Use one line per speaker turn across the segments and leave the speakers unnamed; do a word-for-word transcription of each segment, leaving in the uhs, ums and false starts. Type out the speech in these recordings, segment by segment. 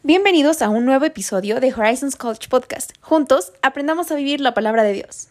Bienvenidos a un nuevo episodio de Horizons College Podcast. Juntos, aprendamos a vivir la palabra de Dios.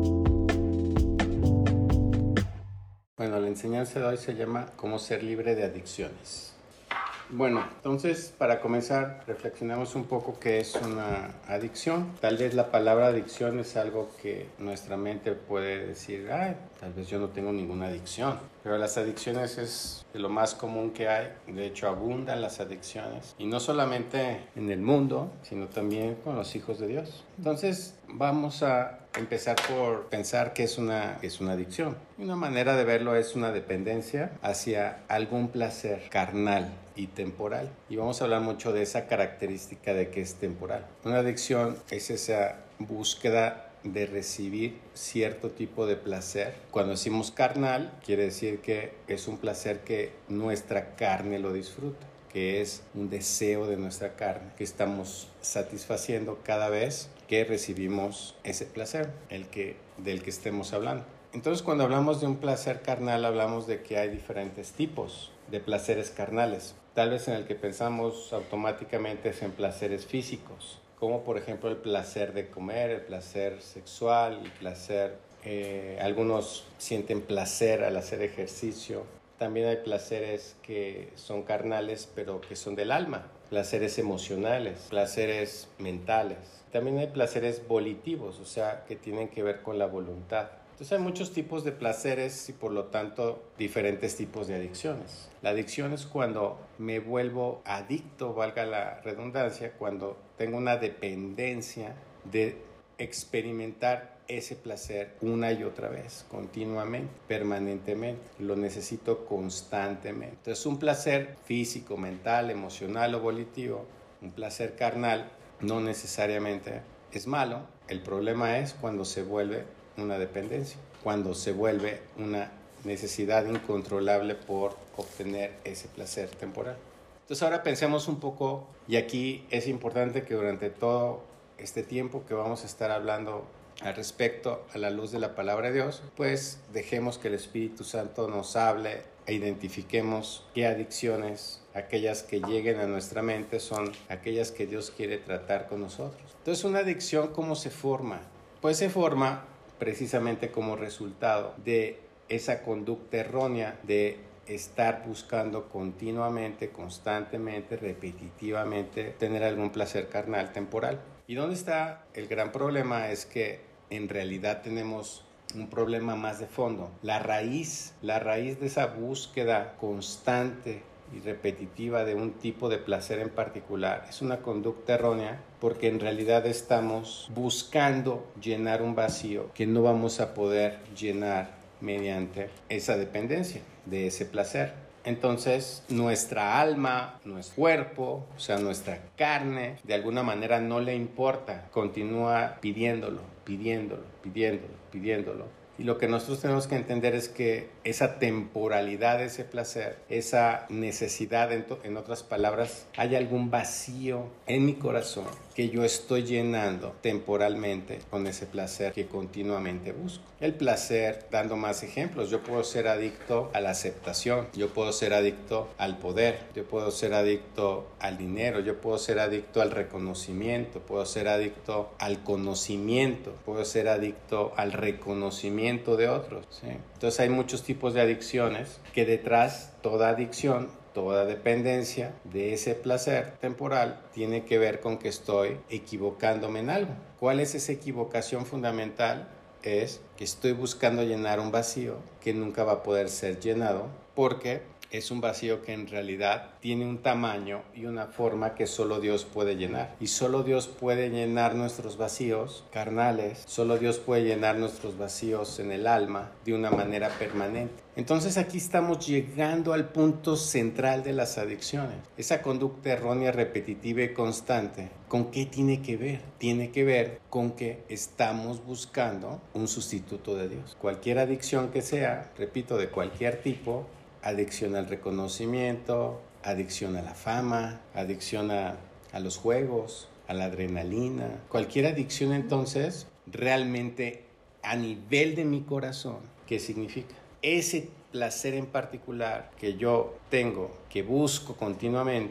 Bueno, la enseñanza de hoy se llama Cómo ser libre de adicciones. Bueno, entonces para comenzar reflexionamos un poco qué es una adicción. Tal vez la palabra adicción es algo que nuestra mente puede decir, ay, tal vez yo no tengo ninguna adicción. Pero las adicciones es de lo más común que hay. De hecho, abundan las adicciones. Y no solamente en el mundo, sino también con los hijos de Dios. Entonces vamos a empezar por pensar qué es una, qué es una adicción. Una manera de verlo es una dependencia hacia algún placer carnal y temporal. Y vamos a hablar mucho de esa característica de que es temporal. Una adicción es esa búsqueda de recibir cierto tipo de placer. Cuando decimos carnal, quiere decir que es un placer que nuestra carne lo disfruta, que es un deseo de nuestra carne, que estamos satisfaciendo cada vez que recibimos ese placer, el que, del que estemos hablando. Entonces, cuando hablamos de un placer carnal, hablamos de que hay diferentes tipos de placeres carnales. Tal vez en el que pensamos automáticamente es en placeres físicos, como por ejemplo el placer de comer, el placer sexual, el placer, eh, algunos sienten placer al hacer ejercicio. También hay placeres que son carnales, pero que son del alma, placeres emocionales, placeres mentales. También hay placeres volitivos, o sea, que tienen que ver con la voluntad. Entonces hay muchos tipos de placeres y por lo tanto diferentes tipos de adicciones. La adicción es cuando me vuelvo adicto, valga la redundancia, cuando tengo una dependencia de experimentar ese placer una y otra vez, continuamente, permanentemente. Lo necesito constantemente. Entonces un placer físico, mental, emocional o volitivo, un placer carnal, no necesariamente es malo. El problema es cuando se vuelve una dependencia, cuando se vuelve una necesidad incontrolable por obtener ese placer temporal. Entonces ahora pensemos un poco, y aquí es importante que durante todo este tiempo que vamos a estar hablando al respecto a la luz de la palabra de Dios, pues dejemos que el Espíritu Santo nos hable e identifiquemos qué adicciones, aquellas que lleguen a nuestra mente, son aquellas que Dios quiere tratar con nosotros. Entonces, una adicción, ¿cómo se forma? Pues se forma precisamente como resultado de esa conducta errónea de estar buscando continuamente, constantemente, repetitivamente tener algún placer carnal temporal. ¿Y dónde está el gran problema? Es que en realidad tenemos un problema más de fondo. La raíz, la raíz de esa búsqueda constante y repetitiva de un tipo de placer en particular es una conducta errónea, porque en realidad estamos buscando llenar un vacío que no vamos a poder llenar mediante esa dependencia de ese placer. Entonces nuestra alma, nuestro cuerpo, o sea nuestra carne, de alguna manera no le importa, continúa pidiéndolo, pidiéndolo, pidiéndolo, pidiéndolo. Y lo que nosotros tenemos que entender es que esa temporalidad de ese placer, esa necesidad, en, to- en otras palabras, hay algún vacío en mi corazón que yo estoy llenando temporalmente con ese placer que continuamente busco. El placer, dando más ejemplos, yo puedo ser adicto a la aceptación, yo puedo ser adicto al poder, yo puedo ser adicto al dinero, yo puedo ser adicto al reconocimiento, puedo ser adicto al conocimiento, puedo ser adicto al reconocimiento de otros, ¿sí? Entonces hay muchos tipos de adicciones que detrás, toda adicción, toda dependencia de ese placer temporal tiene que ver con que estoy equivocándome en algo. ¿Cuál es esa equivocación fundamental? Es que estoy buscando llenar un vacío que nunca va a poder ser llenado, porque es un vacío que en realidad tiene un tamaño y una forma que solo Dios puede llenar. Y solo Dios puede llenar nuestros vacíos carnales, solo Dios puede llenar nuestros vacíos en el alma de una manera permanente. Entonces aquí estamos llegando al punto central de las adicciones. Esa conducta errónea, repetitiva y constante, ¿con qué tiene que ver? Tiene que ver con que estamos buscando un sustituto de Dios. Cualquier adicción que sea, repito, de cualquier tipo, adicción al reconocimiento, adicción a la fama, adicción a, a los juegos, a la adrenalina. Cualquier adicción entonces, realmente a nivel de mi corazón, ¿qué significa? Ese placer en particular que yo tengo, que busco continuamente,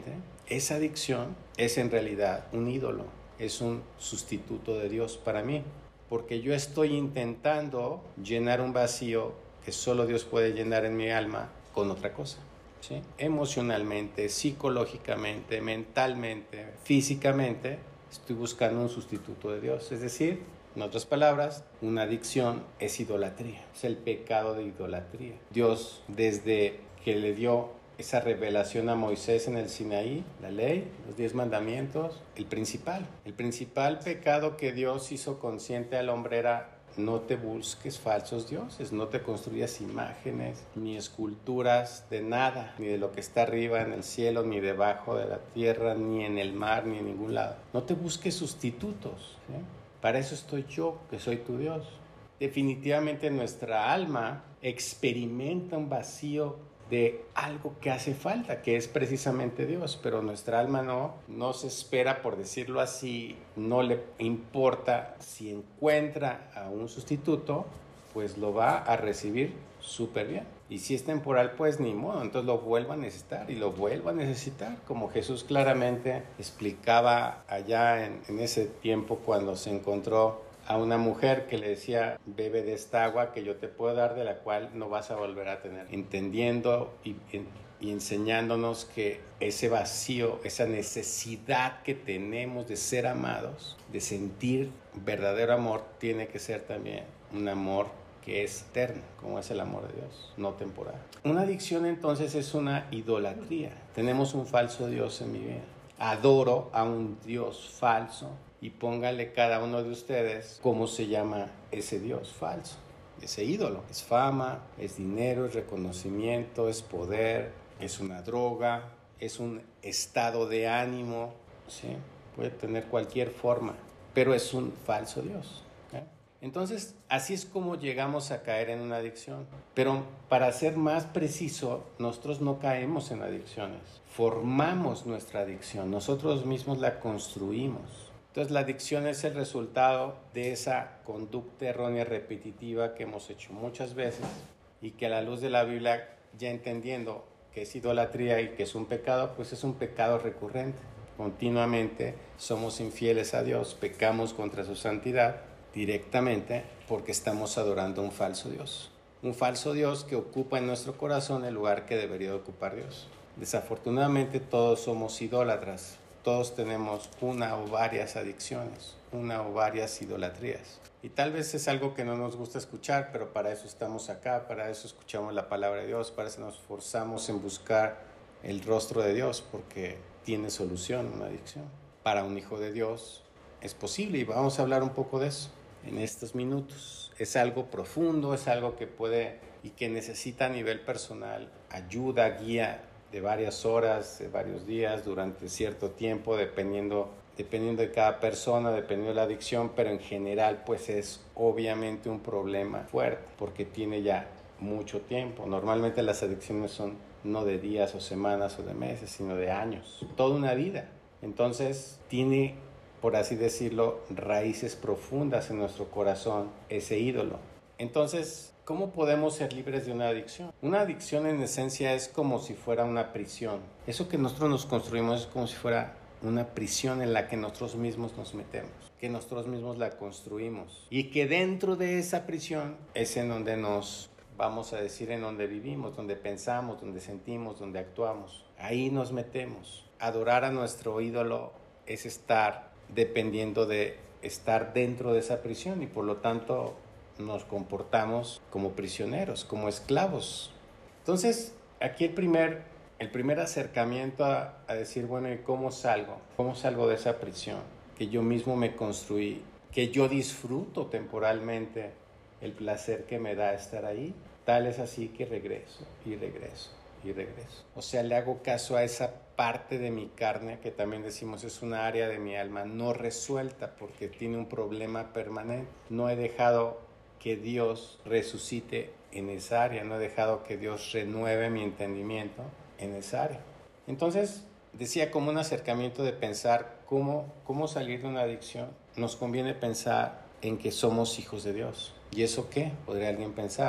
esa adicción es en realidad un ídolo, es un sustituto de Dios para mí, porque yo estoy intentando llenar un vacío que solo Dios puede llenar en mi alma con otra cosa, ¿sí? Emocionalmente, psicológicamente, mentalmente, físicamente, estoy buscando un sustituto de Dios. Es decir, en otras palabras, una adicción es idolatría, es el pecado de idolatría. Dios, desde que le dio esa revelación a Moisés en el Sinaí, la ley, los diez mandamientos, el principal, el principal pecado que Dios hizo consciente al hombre era: no te busques falsos dioses, no te construyas imágenes ni esculturas de nada, ni de lo que está arriba en el cielo, ni debajo de la tierra, ni en el mar, ni en ningún lado. No te busques sustitutos, ¿sí? Para eso estoy yo, que soy tu Dios. Definitivamente nuestra alma experimenta un vacío de algo que hace falta, que es precisamente Dios, pero nuestra alma no, no se espera, por decirlo así, no le importa si encuentra a un sustituto, pues lo va a recibir súper bien. Y si es temporal, pues ni modo, entonces lo vuelva a necesitar y lo vuelva a necesitar, como Jesús claramente explicaba allá en, en ese tiempo cuando se encontró a una mujer que le decía: bebe de esta agua que yo te puedo dar, de la cual no vas a volver a tener. Entendiendo y, y enseñándonos que ese vacío, esa necesidad que tenemos de ser amados, de sentir verdadero amor, tiene que ser también un amor que es eterno, como es el amor de Dios, no temporal. Una adicción entonces es una idolatría. Tenemos un falso Dios en mi vida. Adoro a un Dios falso. Y póngale cada uno de ustedes cómo se llama ese Dios falso, ese ídolo. Es fama, es dinero, es reconocimiento, es poder, es una droga, es un estado de ánimo, ¿sí? Puede tener cualquier forma, pero es un falso Dios, ¿eh? Entonces, así es como llegamos a caer en una adicción. Pero para ser más preciso, nosotros no caemos en adicciones, formamos nuestra adicción, nosotros mismos la construimos. Entonces la adicción es el resultado de esa conducta errónea repetitiva que hemos hecho muchas veces y que a la luz de la Biblia, ya entendiendo que es idolatría y que es un pecado, pues es un pecado recurrente. Continuamente somos infieles a Dios, pecamos contra su santidad directamente porque estamos adorando a un falso Dios. Un falso Dios que ocupa en nuestro corazón el lugar que debería ocupar Dios. Desafortunadamente todos somos idólatras. Todos tenemos una o varias adicciones, una o varias idolatrías. Y tal vez es algo que no nos gusta escuchar, pero para eso estamos acá, para eso escuchamos la palabra de Dios, para eso nos esforzamos en buscar el rostro de Dios, porque tiene solución una adicción. Para un hijo de Dios es posible y vamos a hablar un poco de eso en estos minutos. Es algo profundo, es algo que puede y que necesita a nivel personal ayuda, guía, de varias horas, de varios días, durante cierto tiempo, dependiendo, dependiendo de cada persona, dependiendo de la adicción, pero en general pues es obviamente un problema fuerte porque tiene ya mucho tiempo. Normalmente las adicciones son no de días o semanas o de meses, sino de años, toda una vida. Entonces tiene, por así decirlo, raíces profundas en nuestro corazón ese ídolo. Entonces, ¿cómo podemos ser libres de una adicción? Una adicción en esencia es como si fuera una prisión. Eso que nosotros nos construimos es como si fuera una prisión en la que nosotros mismos nos metemos, que nosotros mismos la construimos y que dentro de esa prisión es en donde nos, vamos a decir, en donde vivimos, donde pensamos, donde sentimos, donde actuamos. Ahí nos metemos. Adorar a nuestro ídolo es estar dependiendo de estar dentro de esa prisión y por lo tanto nos comportamos como prisioneros, como esclavos. Entonces, aquí el primer, el primer acercamiento a, a decir, bueno, ¿y cómo salgo? ¿Cómo salgo de esa prisión que yo mismo me construí? Que yo disfruto temporalmente el placer que me da estar ahí. Tal es así que regreso y regreso y regreso. O sea, le hago caso a esa parte de mi carne que también decimos es una área de mi alma no resuelta porque tiene un problema permanente. No he dejado que Dios resucite en esa área, no he dejado que Dios renueve mi entendimiento en esa área. Entonces, decía como un acercamiento de pensar cómo, cómo salir de una adicción. Nos conviene pensar en que somos hijos de Dios. ¿Y eso qué? Podría alguien pensar.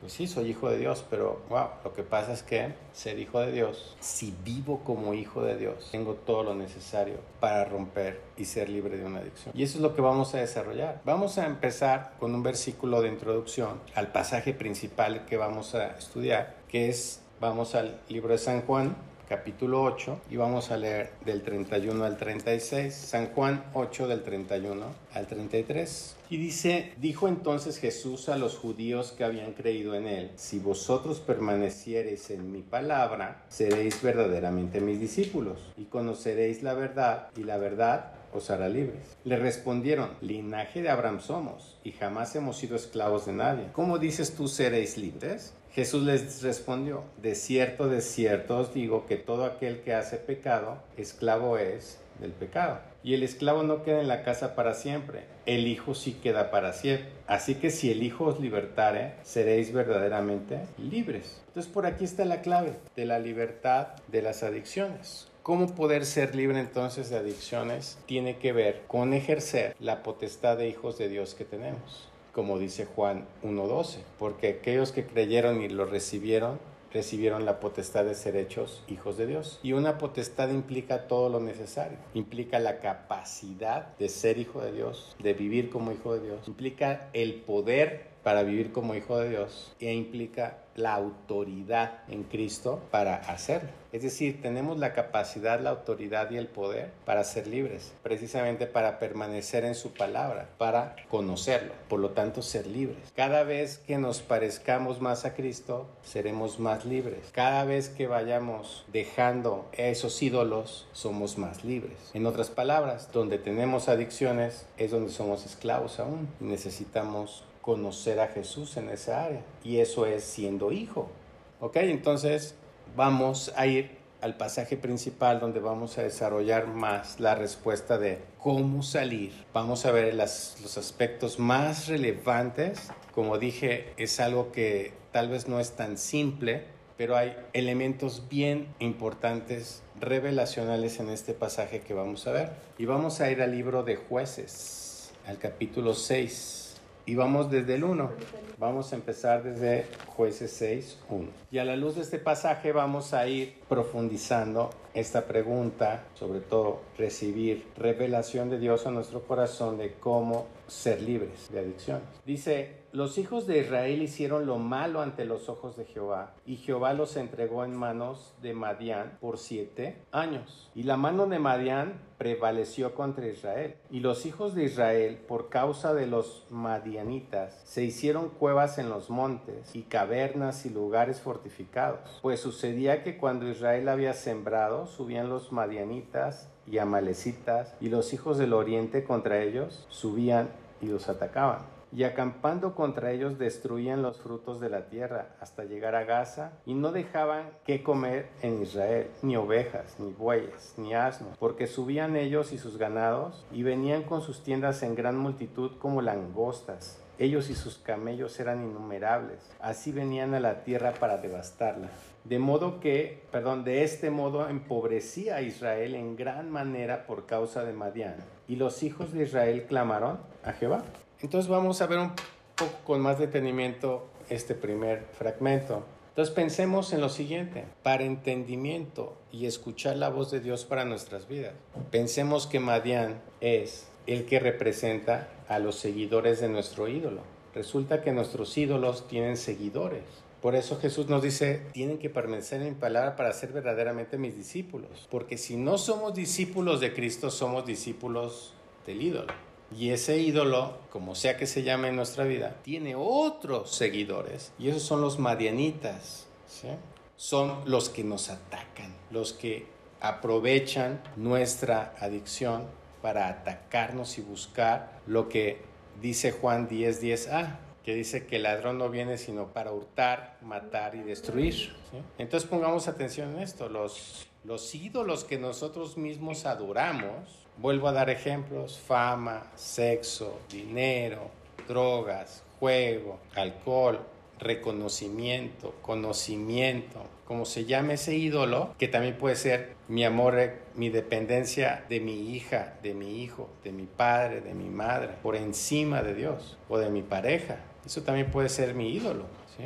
pues sí, soy hijo de Dios, pero wow, lo que pasa es que ser hijo de Dios, si vivo como hijo de Dios, tengo todo lo necesario para romper y ser libre de una adicción. Y eso es lo que vamos a desarrollar. Vamos a empezar con un versículo de introducción al pasaje principal que vamos a estudiar, que es, vamos al libro de San Juan, capítulo ocho, y vamos a leer del treinta y uno al treinta y seis, San Juan ocho del treinta y uno al treinta y tres. Y dice, dijo entonces Jesús a los judíos que habían creído en él, si vosotros permaneciereis en mi palabra, seréis verdaderamente mis discípulos, y conoceréis la verdad, y la verdad os hará libres. Le respondieron, linaje de Abraham somos, y jamás hemos sido esclavos de nadie. ¿Cómo dices tú seréis libres? Jesús les respondió, de cierto, de cierto os digo que todo aquel que hace pecado, esclavo es del pecado. Y el esclavo no queda en la casa para siempre, el Hijo sí queda para siempre. Así que si el Hijo os libertare, seréis verdaderamente libres. Entonces por aquí está la clave de la libertad de las adicciones. ¿Cómo poder ser libre entonces de adicciones? Tiene que ver con ejercer la potestad de hijos de Dios que tenemos. Como dice Juan uno doce, porque aquellos que creyeron y lo recibieron, recibieron la potestad de ser hechos hijos de Dios. Y una potestad implica todo lo necesario. Implica la capacidad de ser hijo de Dios, de vivir como hijo de Dios. Implica el poder para vivir como hijo de Dios e implica la autoridad en Cristo para hacerlo. Es decir, tenemos la capacidad, la autoridad y el poder para ser libres, precisamente para permanecer en su palabra, para conocerlo, por lo tanto ser libres. Cada vez que nos parezcamos más a Cristo, seremos más libres. Cada vez que vayamos dejando esos ídolos, somos más libres. En otras palabras, donde tenemos adicciones es donde somos esclavos aún y necesitamos conocer a Jesús en esa área, y eso es siendo hijo. Ok, entonces vamos a ir al pasaje principal donde vamos a desarrollar más la respuesta de cómo salir. Vamos a ver las, los aspectos más relevantes. Como dije, es algo que tal vez no es tan simple, pero hay elementos bien importantes revelacionales en este pasaje que vamos a ver. Y vamos a ir al libro de Jueces, al capítulo seis. Y vamos desde el uno. Vamos a empezar desde Jueces seis, uno. Y a la luz de este pasaje vamos a ir profundizando esta pregunta, sobre todo recibir revelación de Dios a nuestro corazón de cómo ser libres de adicciones. Dice, los hijos de Israel hicieron lo malo ante los ojos de Jehová, y Jehová los entregó en manos de Madián por siete años. Y la mano de Madián prevaleció contra Israel. Y los hijos de Israel, por causa de los madianitas, se hicieron cuevas en los montes, y cavernas y lugares fortificados. Pues sucedía que cuando Israel había sembrado, subían los madianitas y amalecitas, y los hijos del oriente contra ellos subían y los atacaban. Y acampando contra ellos destruían los frutos de la tierra hasta llegar a Gaza, y no dejaban que comer en Israel, ni ovejas, ni bueyes, ni asnos, porque subían ellos y sus ganados, y venían con sus tiendas en gran multitud como langostas. Ellos y sus camellos eran innumerables, así venían a la tierra para devastarla. De modo que, perdón, de este modo empobrecía a Israel en gran manera por causa de Madián. Y los hijos de Israel clamaron a Jehová. Entonces vamos a ver un poco con más detenimiento este primer fragmento. Entonces pensemos en lo siguiente, para entendimiento y escuchar la voz de Dios para nuestras vidas. Pensemos que Madián es el que representa a los seguidores de nuestro ídolo. Resulta que nuestros ídolos tienen seguidores. Por eso Jesús nos dice, tienen que permanecer en mi palabra para ser verdaderamente mis discípulos. Porque si no somos discípulos de Cristo, somos discípulos del ídolo. Y ese ídolo, como sea que se llame en nuestra vida, tiene otros seguidores. Y esos son los madianitas, ¿sí? Son los que nos atacan, los que aprovechan nuestra adicción para atacarnos y buscar lo que dice Juan diez, diez a, que dice que el ladrón no viene sino para hurtar, matar y destruir, ¿sí? Entonces pongamos atención en esto, los, los ídolos que nosotros mismos adoramos, vuelvo a dar ejemplos, fama, sexo, dinero, drogas, juego, alcohol, reconocimiento, conocimiento, como se llame ese ídolo, que también puede ser mi amor, mi dependencia de mi hija, de mi hijo, de mi padre, de mi madre, por encima de Dios, o de mi pareja. Eso también puede ser mi ídolo, ¿sí?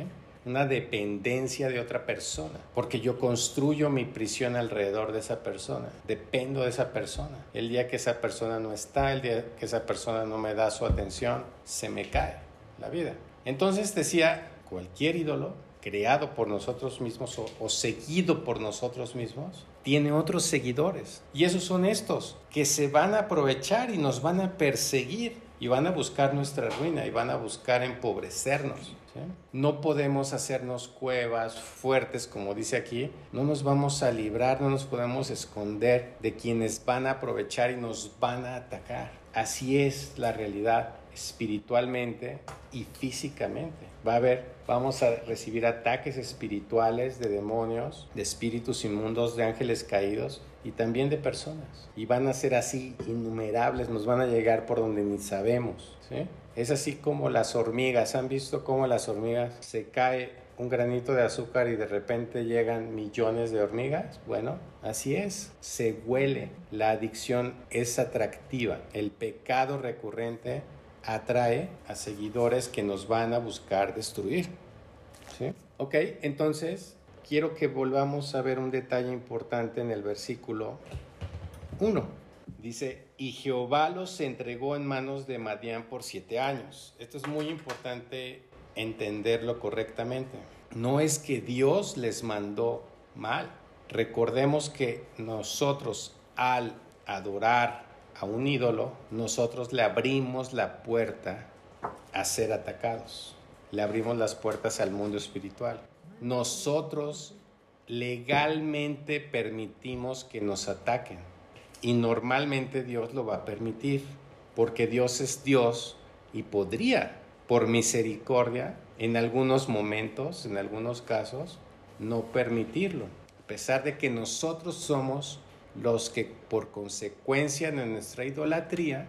una dependencia de otra persona, porque yo construyo mi prisión alrededor de esa persona, dependo de esa persona. El día que esa persona no está, el día que esa persona no me da su atención, se me cae la vida. Entonces decía, cualquier ídolo creado por nosotros mismos o, o seguido por nosotros mismos, tiene otros seguidores. Y esos son estos, que se van a aprovechar y nos van a perseguir y van a buscar nuestra ruina y van a buscar empobrecernos, ¿sí? No podemos hacernos cuevas fuertes, como dice aquí. No nos vamos a librar, no nos podemos esconder de quienes van a aprovechar y nos van a atacar. Así es la realidad espiritualmente y físicamente. Va a haber, vamos a recibir ataques espirituales de demonios, de espíritus inmundos, de ángeles caídos y también de personas. Y van a ser así innumerables, nos van a llegar por donde ni sabemos, ¿sí? Es así como las hormigas. ¿Han visto cómo las hormigas se cae un granito de azúcar y de repente llegan millones de hormigas? Bueno, así es, se huele. La adicción es atractiva. El pecado recurrente atrae a seguidores que nos van a buscar destruir, ¿sí? Ok, entonces quiero que volvamos a ver un detalle importante en el versículo uno. Dice, y Jehová los entregó en manos de Madián por siete años. Esto es muy importante entenderlo correctamente. No es que Dios les mandó mal. Recordemos que nosotros, al adorar a un ídolo, nosotros le abrimos la puerta a ser atacados. Le abrimos las puertas al mundo espiritual. Nosotros legalmente permitimos que nos ataquen. Y normalmente Dios lo va a permitir, porque Dios es Dios y podría, por misericordia, en algunos momentos, en algunos casos, no permitirlo. A pesar de que nosotros somos los que, por consecuencia de nuestra idolatría,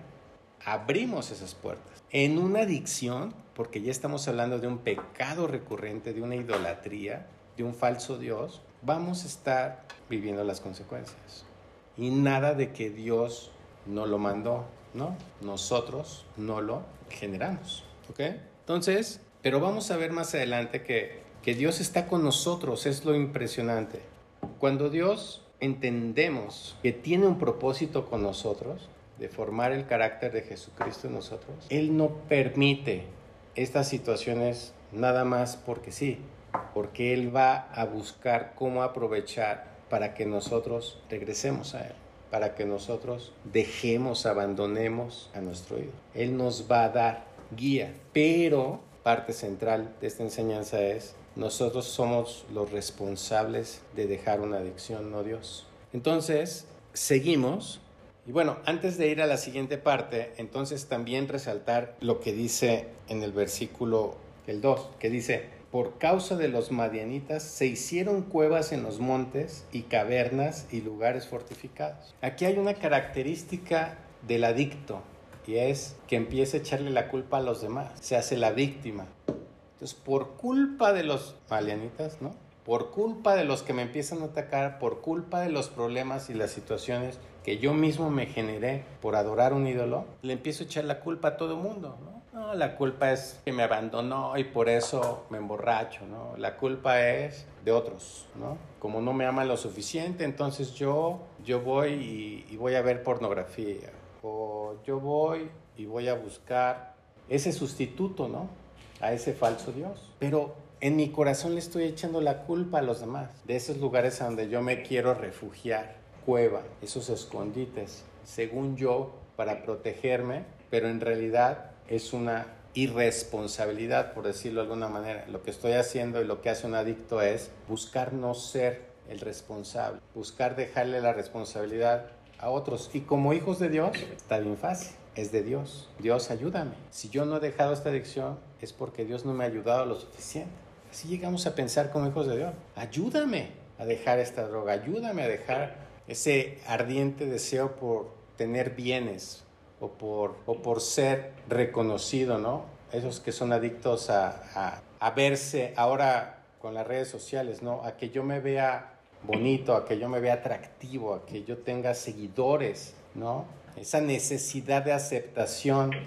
abrimos esas puertas. En una adicción, porque ya estamos hablando de un pecado recurrente, de una idolatría, de un falso Dios, vamos a estar viviendo las consecuencias. Y nada de que Dios no lo mandó, ¿no? Nosotros no lo generamos, ¿ok? Entonces, pero vamos a ver más adelante que, que Dios está con nosotros, es lo impresionante. Cuando Dios entendemos que tiene un propósito con nosotros, de formar el carácter de Jesucristo en nosotros, Él no permite estas situaciones nada más porque sí, porque Él va a buscar cómo aprovechar para que nosotros regresemos a Él, para que nosotros dejemos, abandonemos a nuestro ídolo. Él nos va a dar guía, pero parte central de esta enseñanza es, nosotros somos los responsables de dejar una adicción, no Dios. Entonces, seguimos. Y bueno, antes de ir a la siguiente parte, entonces también resaltar lo que dice en el versículo el dos, que dice, por causa de los madianitas se hicieron cuevas en los montes y cavernas y lugares fortificados. Aquí hay una característica del adicto y es que empieza a echarle la culpa a los demás, se hace la víctima. Entonces, por culpa de los madianitas, ¿no? Por culpa de los que me empiezan a atacar, por culpa de los problemas y las situaciones que yo mismo me generé por adorar un ídolo, le empiezo a echar la culpa a todo el mundo, ¿no? No, la culpa es que me abandonó y por eso me emborracho, ¿no? La culpa es de otros, ¿no? Como no me aman lo suficiente, entonces yo, yo voy y, y voy a ver pornografía. O yo voy y voy a buscar ese sustituto, ¿no? A ese falso Dios. Pero en mi corazón le estoy echando la culpa a los demás, de esos lugares a donde yo me quiero refugiar, cueva, esos escondites, según yo, para protegerme, pero en realidad es una irresponsabilidad, por decirlo de alguna manera. Lo que estoy haciendo y lo que hace un adicto es buscar no ser el responsable, buscar dejarle la responsabilidad a otros. Y como hijos de Dios, está bien fácil. Es de Dios. Dios, ayúdame. Si yo no he dejado esta adicción, es porque Dios no me ha ayudado lo suficiente. Así llegamos a pensar como hijos de Dios. Ayúdame a dejar esta droga. Ayúdame a dejar ese ardiente deseo por tener bienes o por, o por ser reconocido, ¿no? Esos que son adictos a, a, a verse ahora con las redes sociales, ¿no? A que yo me vea bonito, a que yo me vea atractivo, a que yo tenga seguidores, ¿no? Esa necesidad de aceptación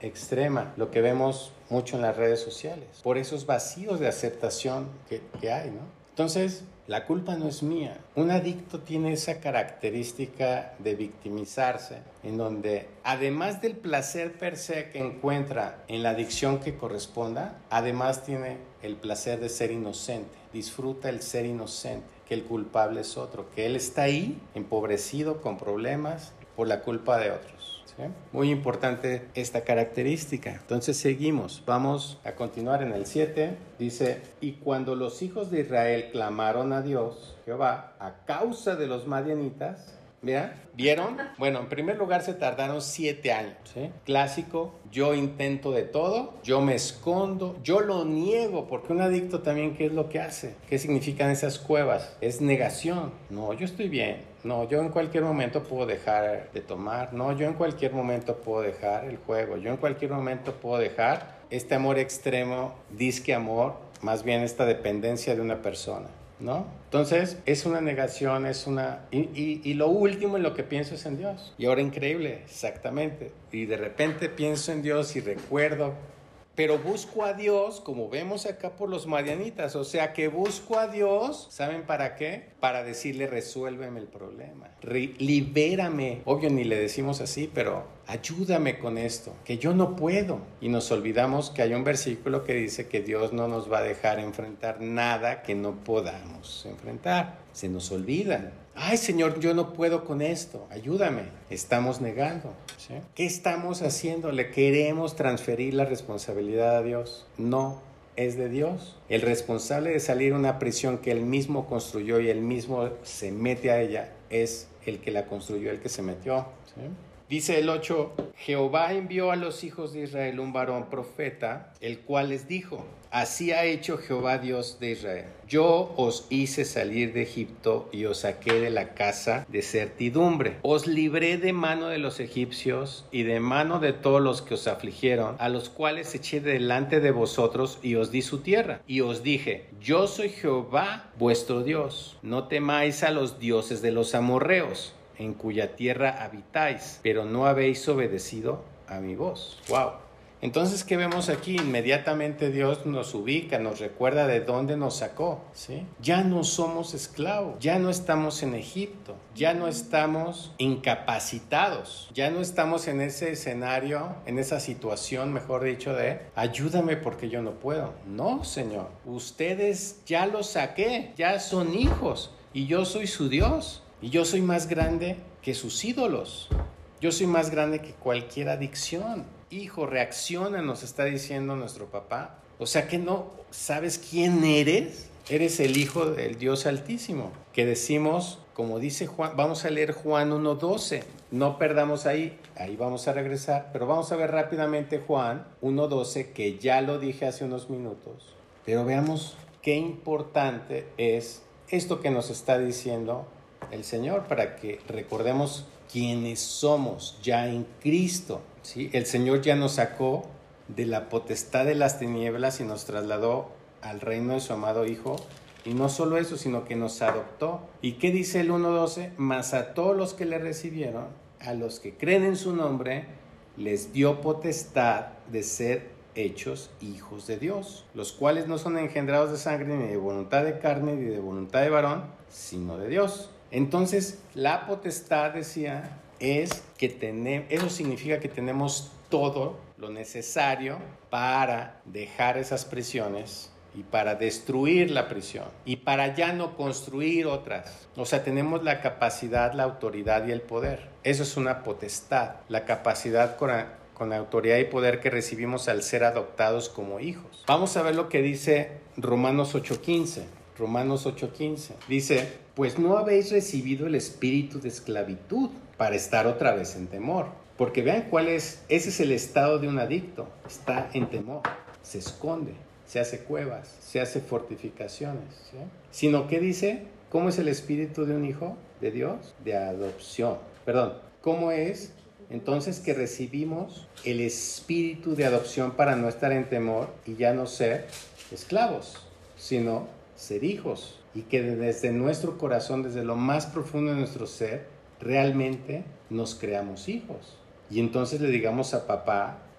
extrema, lo que vemos mucho en las redes sociales, por esos vacíos de aceptación que, que hay, ¿no? Entonces, la culpa no es mía. Un adicto tiene esa característica de victimizarse, en donde además del placer per se que encuentra en la adicción que corresponda, además tiene el placer de ser inocente, disfruta el ser inocente, que el culpable es otro, que él está ahí empobrecido con problemas por la culpa de otros. ¿Sí? Muy importante esta característica. Entonces seguimos, vamos a continuar en el siete. Dice, y cuando los hijos de Israel clamaron a Dios, Jehová, a causa de los madianitas, ¿vean? ¿Vieron? Bueno, en primer lugar se tardaron siete años, ¿sí? Clásico, yo intento de todo, yo me escondo, yo lo niego, porque un adicto también, ¿qué es lo que hace? ¿Qué significan esas cuevas? Es negación. No, yo estoy bien. No, yo en cualquier momento puedo dejar de tomar. No, yo en cualquier momento puedo dejar el juego. Yo en cualquier momento puedo dejar este amor extremo, disque amor, más bien esta dependencia de una persona, ¿no? Entonces, es una negación, es una... Y, y, y lo último en lo que pienso es en Dios. Y ahora increíble, exactamente. Y de repente pienso en Dios y recuerdo, pero busco a Dios, como vemos acá por los madianitas. O sea, que busco a Dios, ¿saben para qué? Para decirle, resuélveme el problema. Re- libérame. Obvio, ni le decimos así, pero ayúdame con esto, que yo no puedo. Y nos olvidamos que hay un versículo que dice que Dios no nos va a dejar enfrentar nada que no podamos enfrentar. Se nos olvidan. Ay, Señor, yo no puedo con esto, ayúdame. Estamos negando, ¿sí? ¿Qué estamos haciendo? ¿Le queremos transferir la responsabilidad a Dios? No, es de Dios. El responsable de salir de una prisión que él mismo construyó y él mismo se mete a ella es el que la construyó, el que se metió, ¿sí? Dice el ocho, Jehová envió a los hijos de Israel un varón profeta, el cual les dijo, así ha hecho Jehová Dios de Israel. Yo os hice salir de Egipto y os saqué de la casa de servidumbre. Os libré de mano de los egipcios y de mano de todos los que os afligieron, a los cuales eché delante de vosotros y os di su tierra. Y os dije, yo soy Jehová vuestro Dios. No temáis a los dioses de los amorreos, en cuya tierra habitáis, pero no habéis obedecido a mi voz. Wow. Entonces, ¿qué vemos aquí? Inmediatamente Dios nos ubica, nos recuerda de dónde nos sacó, ¿sí? Ya no somos esclavos, ya no estamos en Egipto, ya no estamos incapacitados, ya no estamos en ese escenario, en esa situación, mejor dicho, de ayúdame porque yo no puedo. No, Señor, ustedes ya los saqué, ya son hijos y yo soy su Dios. Y yo soy más grande que sus ídolos. Yo soy más grande que cualquier adicción. Hijo, reacciona, nos está diciendo nuestro papá. O sea que no, ¿sabes quién eres? Eres el Hijo del Dios Altísimo. Que decimos, como dice Juan, vamos a leer Juan uno doce. No perdamos ahí, ahí vamos a regresar. Pero vamos a ver rápidamente Juan uno doce, que ya lo dije hace unos minutos. Pero veamos qué importante es esto que nos está diciendo el Señor, para que recordemos quiénes somos ya en Cristo, ¿sí? El Señor ya nos sacó de la potestad de las tinieblas y nos trasladó al reino de su amado Hijo. Y no solo eso, sino que nos adoptó. ¿Y qué dice el uno doce? Mas a todos los que le recibieron, a los que creen en su nombre, les dio potestad de ser hechos hijos de Dios, los cuales no son engendrados de sangre, ni de voluntad de carne, ni de voluntad de varón, sino de Dios. Entonces, la potestad, decía, es que tenemos, eso significa que tenemos todo lo necesario para dejar esas prisiones y para destruir la prisión y para ya no construir otras. O sea, tenemos la capacidad, la autoridad y el poder. Eso es una potestad, la capacidad con, con autoridad y poder que recibimos al ser adoptados como hijos. Vamos a ver lo que dice Romanos ocho quince. Romanos ocho quince. Dice, pues no habéis recibido el espíritu de esclavitud para estar otra vez en temor. Porque vean cuál es, ese es el estado de un adicto. Está en temor, se esconde, se hace cuevas, se hace fortificaciones, ¿sí? Sino que dice, ¿cómo es el espíritu de un hijo de Dios? De adopción. Perdón, ¿cómo es entonces que recibimos el espíritu de adopción para no estar en temor y ya no ser esclavos, sino ser hijos? Y que desde nuestro corazón, desde lo más profundo de nuestro ser, realmente nos creamos hijos. Y entonces le digamos a papá,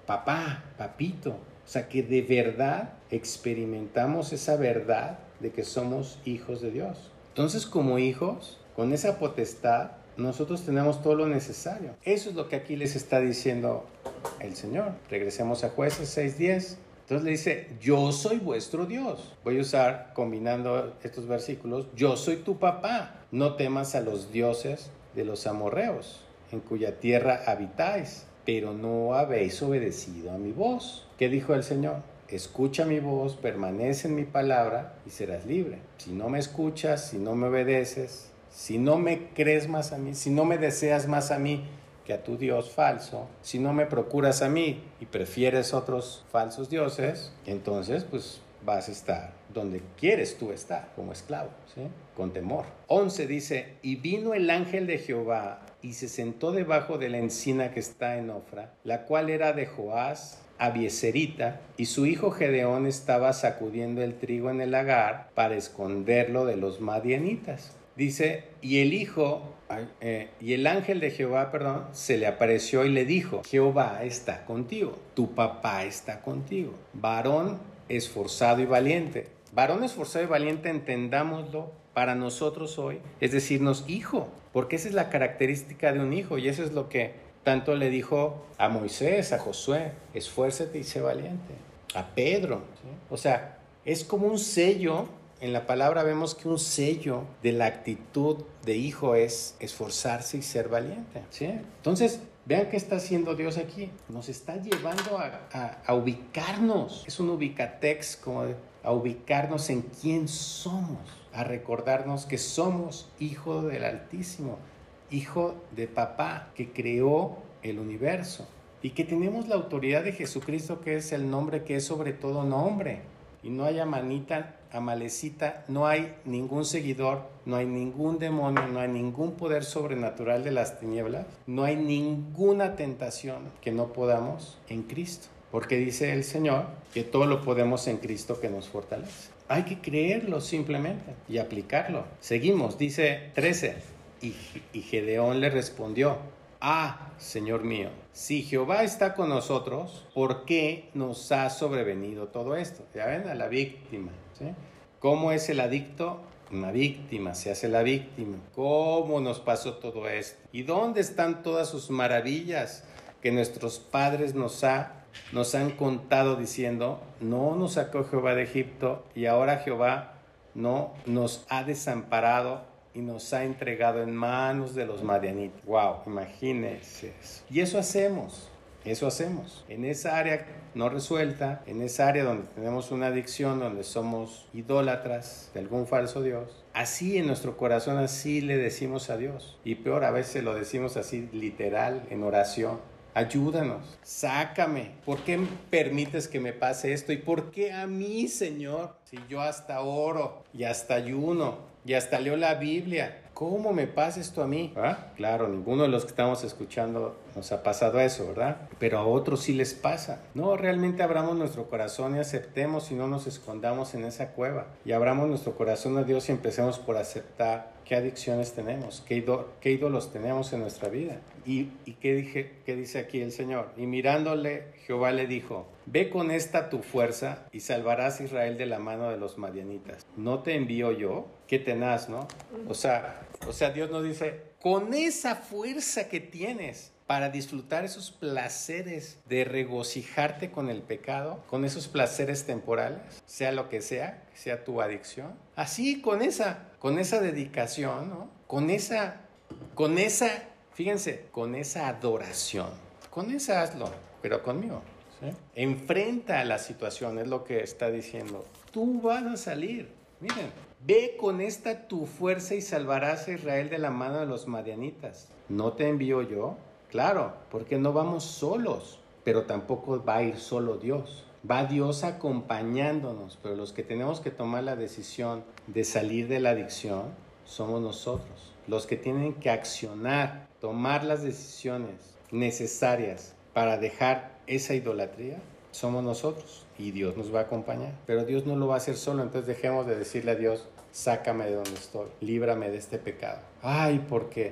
papá, papito. O sea, que de verdad experimentamos esa verdad de que somos hijos de Dios. Entonces, como hijos, con esa potestad, nosotros tenemos todo lo necesario. Eso es lo que aquí les está diciendo el Señor. Regresemos a Jueces seis diez. Entonces le dice, yo soy vuestro Dios. Voy a usar, combinando estos versículos, yo soy tu papá. No temas a los dioses de los amorreos, en cuya tierra habitáis, pero no habéis obedecido a mi voz. ¿Qué dijo el Señor? Escucha mi voz, permanece en mi palabra y serás libre. Si no me escuchas, si no me obedeces, si no me crees más a mí, si no me deseas más a mí que a tu Dios falso, si no me procuras a mí y prefieres otros falsos dioses, entonces pues vas a estar donde quieres tú estar, como esclavo, ¿sí? Con temor. once dice, y vino el ángel de Jehová y se sentó debajo de la encina que está en Ofra, la cual era de Joás Abieserita, y su hijo Gedeón estaba sacudiendo el trigo en el lagar para esconderlo de los madianitas. Dice, y el hijo, eh, y el ángel de Jehová, perdón, se le apareció y le dijo, Jehová está contigo, tu papá está contigo, varón esforzado y valiente. Varón esforzado y valiente, entendámoslo para nosotros hoy, es decirnos hijo, porque esa es la característica de un hijo, y eso es lo que tanto le dijo a Moisés, a Josué, esfuérzate y sé valiente, a Pedro, ¿sí? O sea, es como un sello. En la palabra vemos que un sello de la actitud de hijo es esforzarse y ser valiente, ¿sí? Entonces, vean qué está haciendo Dios aquí. Nos está llevando a, a, a ubicarnos. Es un ubicatex, como de, a ubicarnos en quién somos, a recordarnos que somos hijo del Altísimo, hijo de papá que creó el universo y que tenemos la autoridad de Jesucristo, que es el nombre que es sobre todo nombre. Y no hay amanita, amalecita, no hay ningún seguidor, no hay ningún demonio, no hay ningún poder sobrenatural de las tinieblas, no hay ninguna tentación que no podamos en Cristo. Porque dice el Señor que todo lo podemos en Cristo que nos fortalece. Hay que creerlo simplemente y aplicarlo. Seguimos, dice trece, y, y Gedeón le respondió, ah, Señor mío, si Jehová está con nosotros, ¿por qué nos ha sobrevenido todo esto? Ya ven, a la víctima, ¿sí? ¿Cómo es el adicto? Una víctima, se hace la víctima. ¿Cómo nos pasó todo esto? ¿Y dónde están todas sus maravillas que nuestros padres nos, ha, nos han contado diciendo, no nos sacó Jehová de Egipto y ahora Jehová no nos ha desamparado y nos ha entregado en manos de los madianitas? Wow, imagínense eso. Y eso hacemos, eso hacemos. En esa área no resuelta, en esa área donde tenemos una adicción, donde somos idólatras de algún falso Dios, así en nuestro corazón, así le decimos a Dios. Y peor, a veces lo decimos así literal, en oración. Ayúdanos, sácame. ¿Por qué permites que me pase esto? ¿Y por qué a mí, Señor? Si yo hasta oro y hasta ayuno y hasta leo la Biblia, ¿cómo me pasa esto a mí? ¿Ah? Claro, ninguno de los que estamos escuchando nos ha pasado eso, ¿verdad? Pero a otros sí les pasa. No, realmente abramos nuestro corazón y aceptemos y no nos escondamos en esa cueva. Y abramos nuestro corazón a Dios y empecemos por aceptar qué adicciones tenemos, qué, ídol, qué ídolos tenemos en nuestra vida. ¿Y, y qué, dije, qué dice aquí el Señor? Y mirándole, Jehová le dijo, ve con esta tu fuerza y salvarás a Israel de la mano de los madianitas. ¿No te envío yo? Qué tenaz, ¿no? O sea, o sea, Dios nos dice, con esa fuerza que tienes para disfrutar esos placeres de regocijarte con el pecado, con esos placeres temporales, sea lo que sea, sea tu adicción, así con esa, con esa dedicación, ¿no? Con esa, con esa, fíjense, con esa adoración, con esa hazlo, pero conmigo, ¿sí? Enfrenta la situación, es lo que está diciendo. Tú vas a salir, miren, ve con esta tu fuerza y salvarás a Israel de la mano de los madianitas. ¿No te envío yo? Claro, porque no vamos solos, pero tampoco va a ir solo Dios. Va Dios acompañándonos, pero los que tenemos que tomar la decisión de salir de la adicción somos nosotros. Los que tienen que accionar, tomar las decisiones necesarias para dejar esa idolatría, somos nosotros y Dios nos va a acompañar. Pero Dios no lo va a hacer solo, entonces dejemos de decirle a Dios, sácame de donde estoy, líbrame de este pecado. Ay, ¿por qué?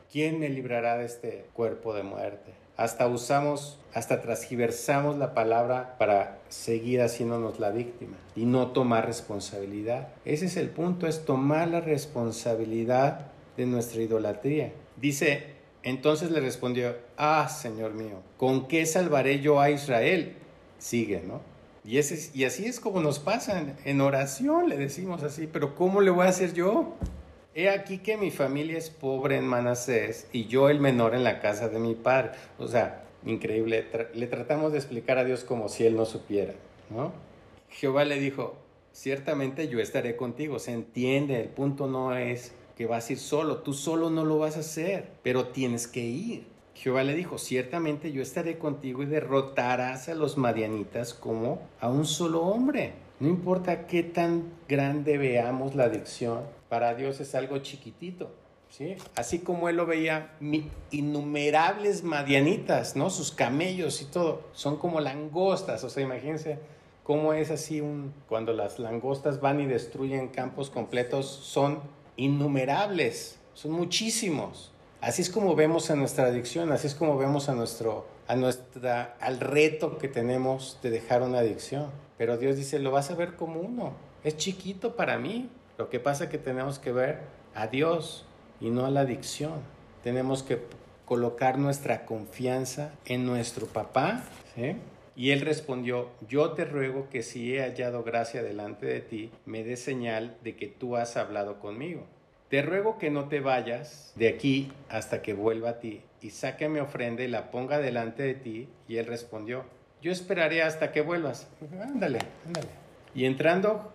¿Quién me librará de este cuerpo de muerte? Hasta usamos, hasta transgiversamos la palabra para seguir haciéndonos la víctima y no tomar responsabilidad. Ese es el punto, es tomar la responsabilidad de nuestra idolatría. Dice, entonces le respondió, ah, Señor mío, ¿con qué salvaré yo a Israel? Sigue, ¿no? Y, ese, y así es como nos pasa en, en oración, le decimos así, pero ¿cómo le voy a hacer yo? He aquí que mi familia es pobre en Manasés y yo el menor en la casa de mi padre. O sea, increíble. Tra- le tratamos de explicar a Dios como si Él no supiera, ¿no? Jehová le dijo, ciertamente yo estaré contigo. Se entiende, el punto no es que vas a ir solo. Tú solo no lo vas a hacer, pero tienes que ir. Jehová le dijo, ciertamente yo estaré contigo y derrotarás a los madianitas como a un solo hombre. No importa qué tan grande veamos la adicción, para Dios es algo chiquitito, ¿sí? Así como Él lo veía, innumerables madianitas, ¿no? Sus camellos y todo, son como langostas, o sea, imagínense cómo es así un, cuando las langostas van y destruyen campos completos, son innumerables, son muchísimos. Así es como vemos a nuestra adicción, así es como vemos a nuestro, a nuestra, al reto que tenemos de dejar una adicción. Pero Dios dice, lo vas a ver como uno, es chiquito para mí. Lo que pasa es que tenemos que ver a Dios y no a la adicción. Tenemos que colocar nuestra confianza en nuestro papá, ¿sí? Y él respondió, yo te ruego que si he hallado gracia delante de ti, me des señal de que tú has hablado conmigo. Te ruego que no te vayas de aquí hasta que vuelva a ti, y saque mi ofrenda y la ponga delante de ti. Y él respondió, yo esperaré hasta que vuelvas. Ándale, ándale. Y entrando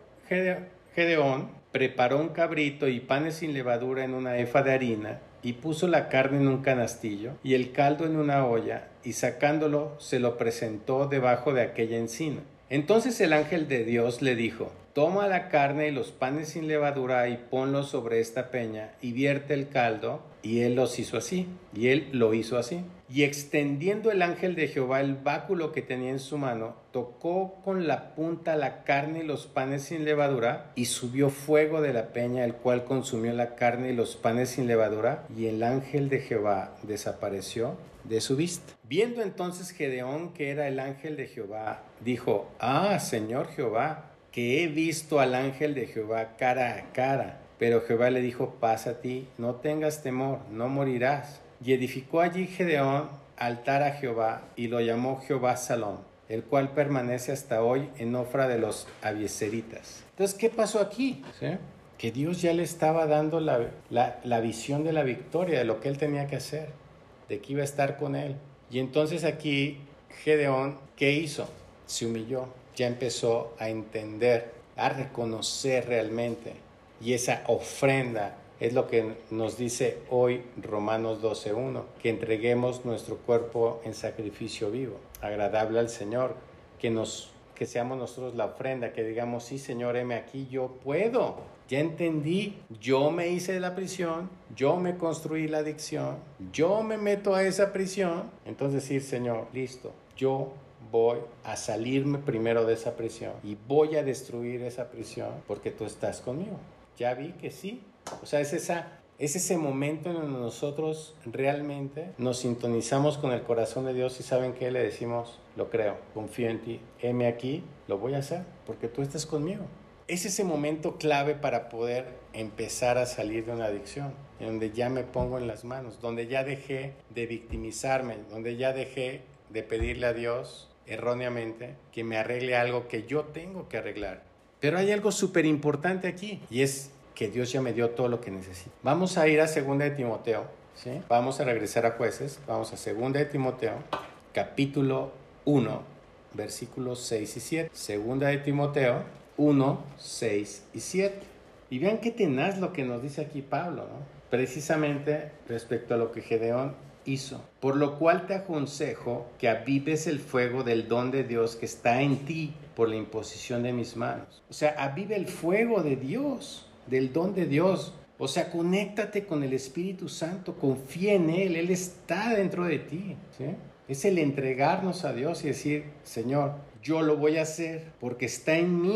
Gedeón, preparó un cabrito y panes sin levadura en una efa de harina, y puso la carne en un canastillo, y el caldo en una olla, y sacándolo se lo presentó debajo de aquella encina. Entonces el ángel de Dios le dijo, toma la carne y los panes sin levadura y ponlos sobre esta peña y vierte el caldo. Y él los hizo así, y él lo hizo así. Y extendiendo el ángel de Jehová el báculo que tenía en su mano, tocó con la punta la carne y los panes sin levadura, y subió fuego de la peña, el cual consumió la carne y los panes sin levadura, y el ángel de Jehová desapareció de su vista. Viendo entonces Gedeón que era el ángel de Jehová, dijo, ah, Señor Jehová, que he visto al ángel de Jehová cara a cara. Pero Jehová le dijo, pasa a ti, no tengas temor, no morirás. Y edificó allí Gedeón altar a Jehová, y lo llamó Jehová Salón, el cual permanece hasta hoy en Ofra de los Abiezeritas. Entonces, ¿qué pasó aquí? ¿Sí? Que Dios ya le estaba dando la, la, la visión de la victoria, de lo que él tenía que hacer, de que iba a estar con él. Y entonces aquí Gedeón, ¿qué hizo? Se humilló, ya empezó a entender, a reconocer realmente. Y esa ofrenda es lo que nos dice hoy Romanos doce uno, que entreguemos nuestro cuerpo en sacrificio vivo, agradable al Señor, que, nos, que seamos nosotros la ofrenda, que digamos, sí Señor, heme aquí, yo puedo, ya entendí, yo me hice de la prisión, yo me construí la adicción, yo me meto a esa prisión, entonces decir, Señor, listo, yo voy a salirme primero de esa prisión y voy a destruir esa prisión porque tú estás conmigo. Ya vi que sí. O sea, es, esa, es ese momento en donde nosotros realmente nos sintonizamos con el corazón de Dios y ¿saben qué? Le decimos, lo creo, confío en ti, heme aquí, lo voy a hacer porque tú estás conmigo. Es ese momento clave para poder empezar a salir de una adicción, en donde ya me pongo en las manos, donde ya dejé de victimizarme, donde ya dejé de pedirle a Dios erróneamente que me arregle algo que yo tengo que arreglar. Pero hay algo súper importante aquí, y es que Dios ya me dio todo lo que necesito. Vamos a ir a segunda de Timoteo, ¿sí? Vamos a regresar a Jueces, vamos a segunda de Timoteo, capítulo uno, versículos seis y siete. segunda de Timoteo uno, seis y siete. Y vean qué tenaz lo que nos dice aquí Pablo, ¿no? Precisamente respecto a lo que Gedeón hizo. Por lo cual te aconsejo que avives el fuego del don de Dios que está en ti por la imposición de mis manos. O sea, avive el fuego de Dios, del don de Dios. O sea, conéctate con el Espíritu Santo, confía en Él, Él está dentro de ti, ¿sí? Es el entregarnos a Dios y decir, Señor, yo lo voy a hacer porque está en mí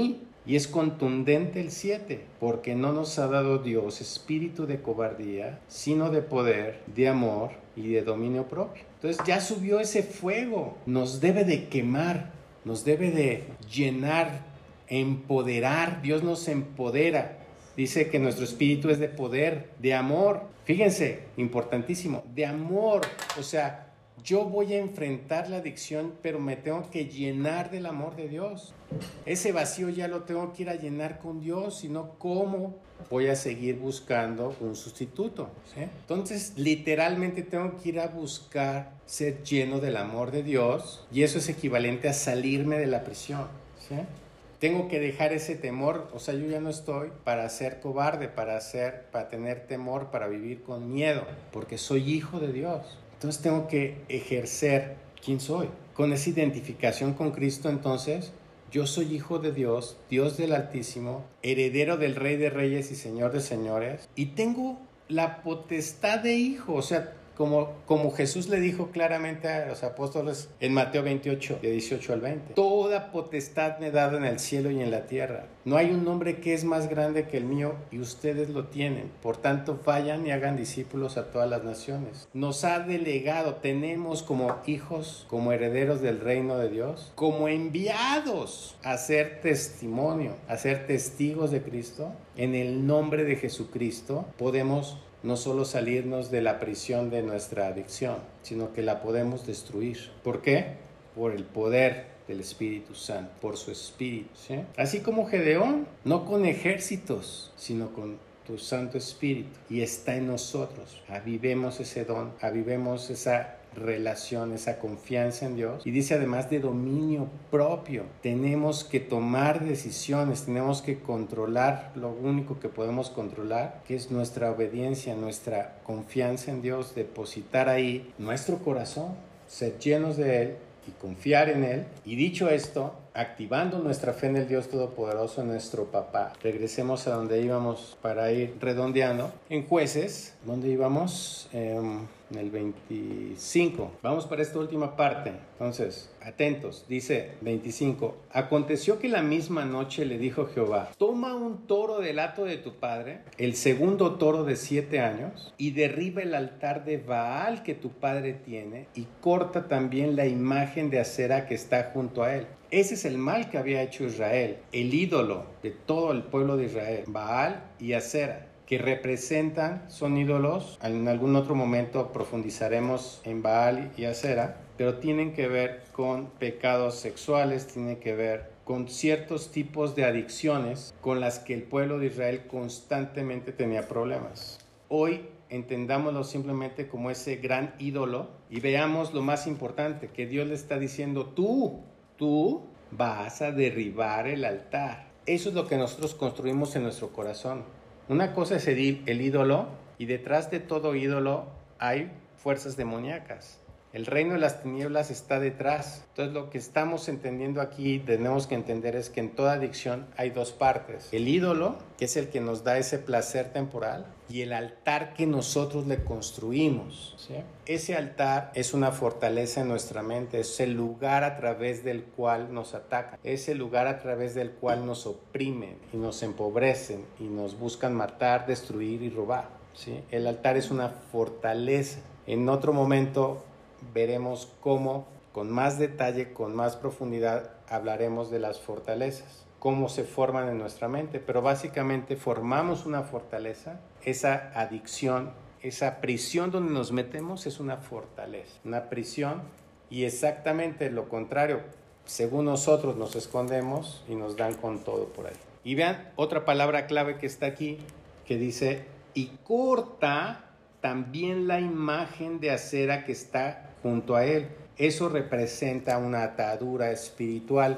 Y es contundente el siete, porque no nos ha dado Dios espíritu de cobardía, sino de poder, de amor y de dominio propio. Entonces ya subió ese fuego, nos debe de quemar, nos debe de llenar, empoderar. Dios nos empodera. Dice que nuestro espíritu es de poder, de amor. Fíjense, importantísimo, de amor. O sea, yo voy a enfrentar la adicción, pero me tengo que llenar del amor de Dios. Ese vacío ya lo tengo que ir a llenar con Dios, si no, ¿cómo voy a seguir buscando un sustituto? ¿Sí? Entonces, literalmente tengo que ir a buscar ser lleno del amor de Dios, y eso es equivalente a salirme de la prisión. ¿Sí? Tengo que dejar ese temor. O sea, yo ya no estoy para ser cobarde, para, ser, para tener temor, para vivir con miedo, porque soy hijo de Dios. Entonces tengo que ejercer quién soy. Con esa identificación con Cristo, entonces, yo soy hijo de Dios, Dios del Altísimo, heredero del Rey de Reyes y Señor de Señores, y tengo la potestad de hijo. O sea, como, como Jesús le dijo claramente a los apóstoles en Mateo veintiocho, de dieciocho al veinte. Toda potestad me he dado en el cielo y en la tierra. No hay un nombre que es más grande que el mío y ustedes lo tienen. Por tanto, vayan y hagan discípulos a todas las naciones. Nos ha delegado, tenemos como hijos, como herederos del reino de Dios, como enviados a ser testimonio, a ser testigos de Cristo. En el nombre de Jesucristo podemos no solo salirnos de la prisión de nuestra adicción, sino que la podemos destruir. ¿Por qué? Por el poder del Espíritu Santo, por su Espíritu. ¿Sí? Así como Gedeón, no con ejércitos, sino con tu Santo Espíritu. Y está en nosotros. Avivemos ese don, avivemos esa relación, esa confianza en Dios. Y dice además de dominio propio. Tenemos que tomar decisiones, tenemos que controlar lo único que podemos controlar, que es nuestra obediencia, nuestra confianza en Dios, depositar ahí nuestro corazón, ser llenos de Él y confiar en Él. Y dicho esto, activando nuestra fe en el Dios Todopoderoso, nuestro Papá. Regresemos a donde íbamos para ir redondeando. En Jueces, ¿dónde íbamos? Eh, en el veinticinco. Vamos para esta última parte. Entonces, atentos. Dice veinticinco. Aconteció que la misma noche le dijo Jehová: toma un toro del hato de tu padre, el segundo toro de siete años, y derriba el altar de Baal que tu padre tiene, y corta también la imagen de acera que está junto a él. Ese es el mal que había hecho Israel, el ídolo de todo el pueblo de Israel, Baal y Acera, que representan, son ídolos. En algún otro momento profundizaremos en Baal y Acera, pero tienen que ver con pecados sexuales, tienen que ver con ciertos tipos de adicciones con las que el pueblo de Israel constantemente tenía problemas. Hoy entendámoslo simplemente como ese gran ídolo y veamos lo más importante, que Dios le está diciendo: tú, tú vas a derribar el altar. Eso es lo que nosotros construimos en nuestro corazón. Una cosa es el, el ídolo, y detrás de todo ídolo hay fuerzas demoníacas. El reino de las tinieblas está detrás. Entonces, lo que estamos entendiendo aquí, tenemos que entender, es que en toda adicción hay dos partes. El ídolo, que es el que nos da ese placer temporal, y el altar que nosotros le construimos. ¿Sí? Ese altar es una fortaleza en nuestra mente, es el lugar a través del cual nos atacan, es el lugar a través del cual nos oprimen y nos empobrecen y nos buscan matar, destruir y robar. ¿Sí? El altar es una fortaleza. En otro momento veremos cómo, con más detalle, con más profundidad, hablaremos de las fortalezas, cómo se forman en nuestra mente, pero básicamente formamos una fortaleza. Esa adicción, esa prisión donde nos metemos es una fortaleza, una prisión, y exactamente lo contrario, según nosotros nos escondemos y nos dan con todo por ahí. Y vean otra palabra clave que está aquí, que dice: y corta también la imagen de acera que está junto a él. Eso representa una atadura espiritual,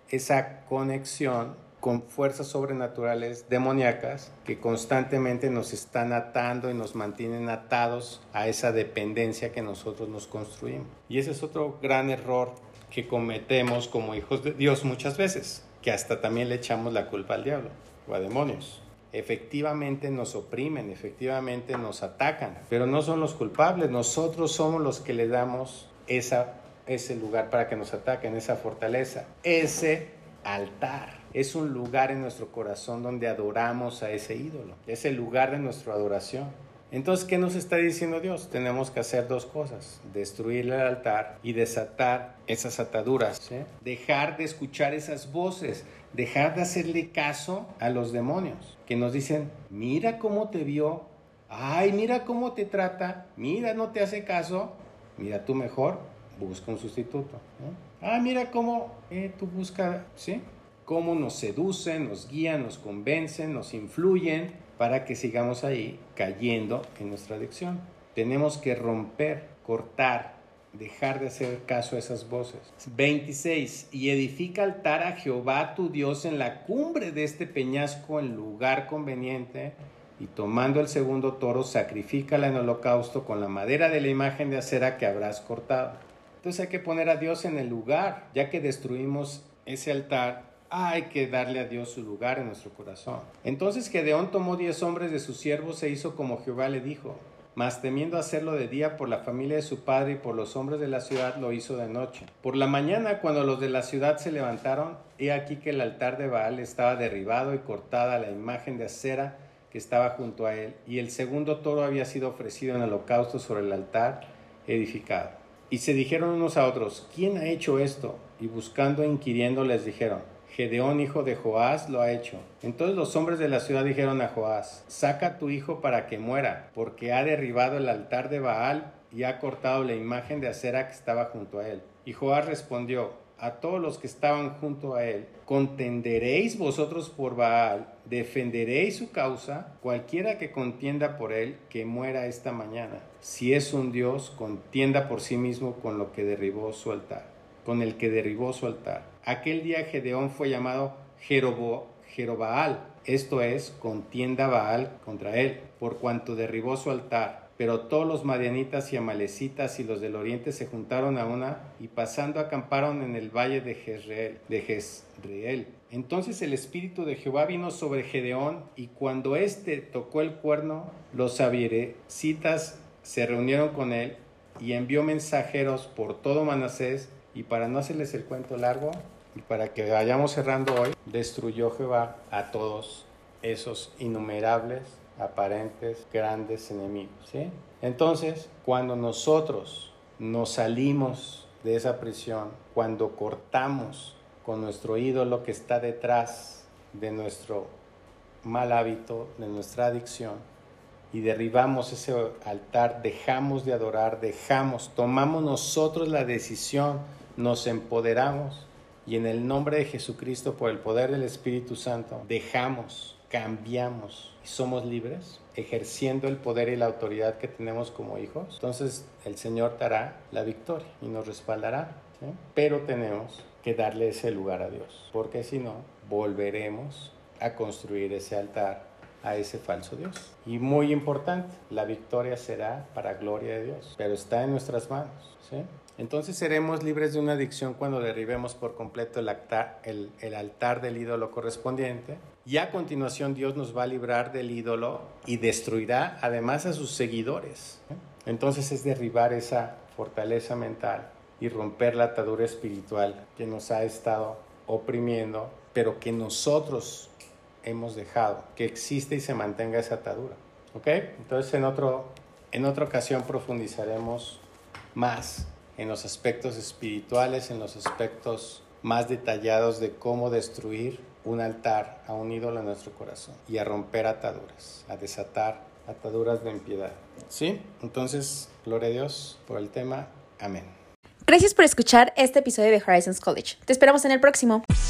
esa conexión con fuerzas sobrenaturales demoníacas que constantemente nos están atando y nos mantienen atados a esa dependencia que nosotros nos construimos. Y ese es otro gran error que cometemos como hijos de Dios muchas veces, que hasta también le echamos la culpa al diablo o a demonios. Efectivamente nos oprimen, efectivamente nos atacan, pero no son los culpables. Nosotros somos los que le damos esa, ese lugar para que nos ataquen, esa fortaleza, ese altar. Es un lugar en nuestro corazón donde adoramos a ese ídolo. Es el lugar de nuestra adoración. Entonces, ¿qué nos está diciendo Dios? Tenemos que hacer dos cosas: destruir el altar y desatar esas ataduras, ¿sí? Dejar de escuchar esas voces, dejar de hacerle caso a los demonios que nos dicen: mira cómo te vio, ay, mira cómo te trata, mira, no te hace caso, mira, tú mejor busca un sustituto, ¿no? Ah, mira cómo eh, tú buscas, ¿sí? Cómo nos seducen, nos guían, nos convencen, nos influyen para que sigamos ahí cayendo en nuestra adicción. Tenemos que romper, cortar, dejar de hacer caso a esas voces. veintiséis. Y edifica altar a Jehová tu Dios en la cumbre de este peñasco, en lugar conveniente, y tomando el segundo toro, sacrifícala en holocausto con la madera de la imagen de acera que habrás cortado. Entonces hay que poner a Dios en el lugar. Ya que destruimos ese altar, hay que darle a Dios su lugar en nuestro corazón. Entonces Gedeón tomó diez hombres de sus siervos e hizo como Jehová le dijo. Mas temiendo hacerlo de día por la familia de su padre y por los hombres de la ciudad, lo hizo de noche. Por la mañana, cuando los de la ciudad se levantaron, he aquí que el altar de Baal estaba derribado y cortada la imagen de acera que estaba junto a él, y el segundo toro había sido ofrecido en holocausto sobre el altar edificado. Y se dijeron unos a otros: ¿quién ha hecho esto? Y buscando e inquiriendo les dijeron: Gedeón, hijo de Joás, lo ha hecho. Entonces los hombres de la ciudad dijeron a Joás: saca a tu hijo para que muera, porque ha derribado el altar de Baal y ha cortado la imagen de acera que estaba junto a él. Y Joás respondió a todos los que estaban junto a él: ¿contenderéis vosotros por Baal? ¿Defenderéis su causa? Cualquiera que contienda por él, que muera esta mañana. Si es un Dios, contienda por sí mismo con lo que derribó su altar, con el que derribó su altar. Aquel día Gedeón fue llamado Jerobo, Jerobaal, esto es, contienda Baal contra él, por cuanto derribó su altar. Pero todos los madianitas y amalecitas y los del oriente se juntaron a una, y pasando acamparon en el valle de Jezreel, de Jezreel. Entonces el espíritu de Jehová vino sobre Gedeón, y cuando éste tocó el cuerno, los abiezritas se reunieron con él, y envió mensajeros por todo Manasés. Y para no hacerles el cuento largo, y para que vayamos cerrando hoy, destruyó Jehová a todos esos innumerables, aparentes, grandes enemigos, ¿sí? Entonces, cuando nosotros nos salimos de esa prisión, cuando cortamos con nuestro ídolo que está detrás de nuestro mal hábito, de nuestra adicción, y derribamos ese altar, dejamos de adorar, dejamos, tomamos nosotros la decisión, nos empoderamos, y en el nombre de Jesucristo, por el poder del Espíritu Santo, dejamos, cambiamos y somos libres, ejerciendo el poder y la autoridad que tenemos como hijos. Entonces el Señor dará la victoria y nos respaldará, ¿sí? Pero tenemos que darle ese lugar a Dios, porque si no, volveremos a construir ese altar a ese falso Dios. Y muy importante, la victoria será para gloria de Dios, pero está en nuestras manos, ¿sí? Entonces seremos libres de una adicción cuando derribemos por completo el altar, el, el altar del ídolo correspondiente, y a continuación Dios nos va a librar del ídolo y destruirá además a sus seguidores. Entonces es derribar esa fortaleza mental y romper la atadura espiritual que nos ha estado oprimiendo, pero que nosotros hemos dejado que existe y se mantenga esa atadura. ¿Ok? Entonces en, otro, en otra ocasión profundizaremos más en los aspectos espirituales, en los aspectos más detallados de cómo destruir un altar a un ídolo en nuestro corazón y a romper ataduras, a desatar ataduras de impiedad. ¿Sí? Entonces, gloria a Dios por el tema. Amén.
Gracias por escuchar este episodio de Horizons College. Te esperamos en el próximo.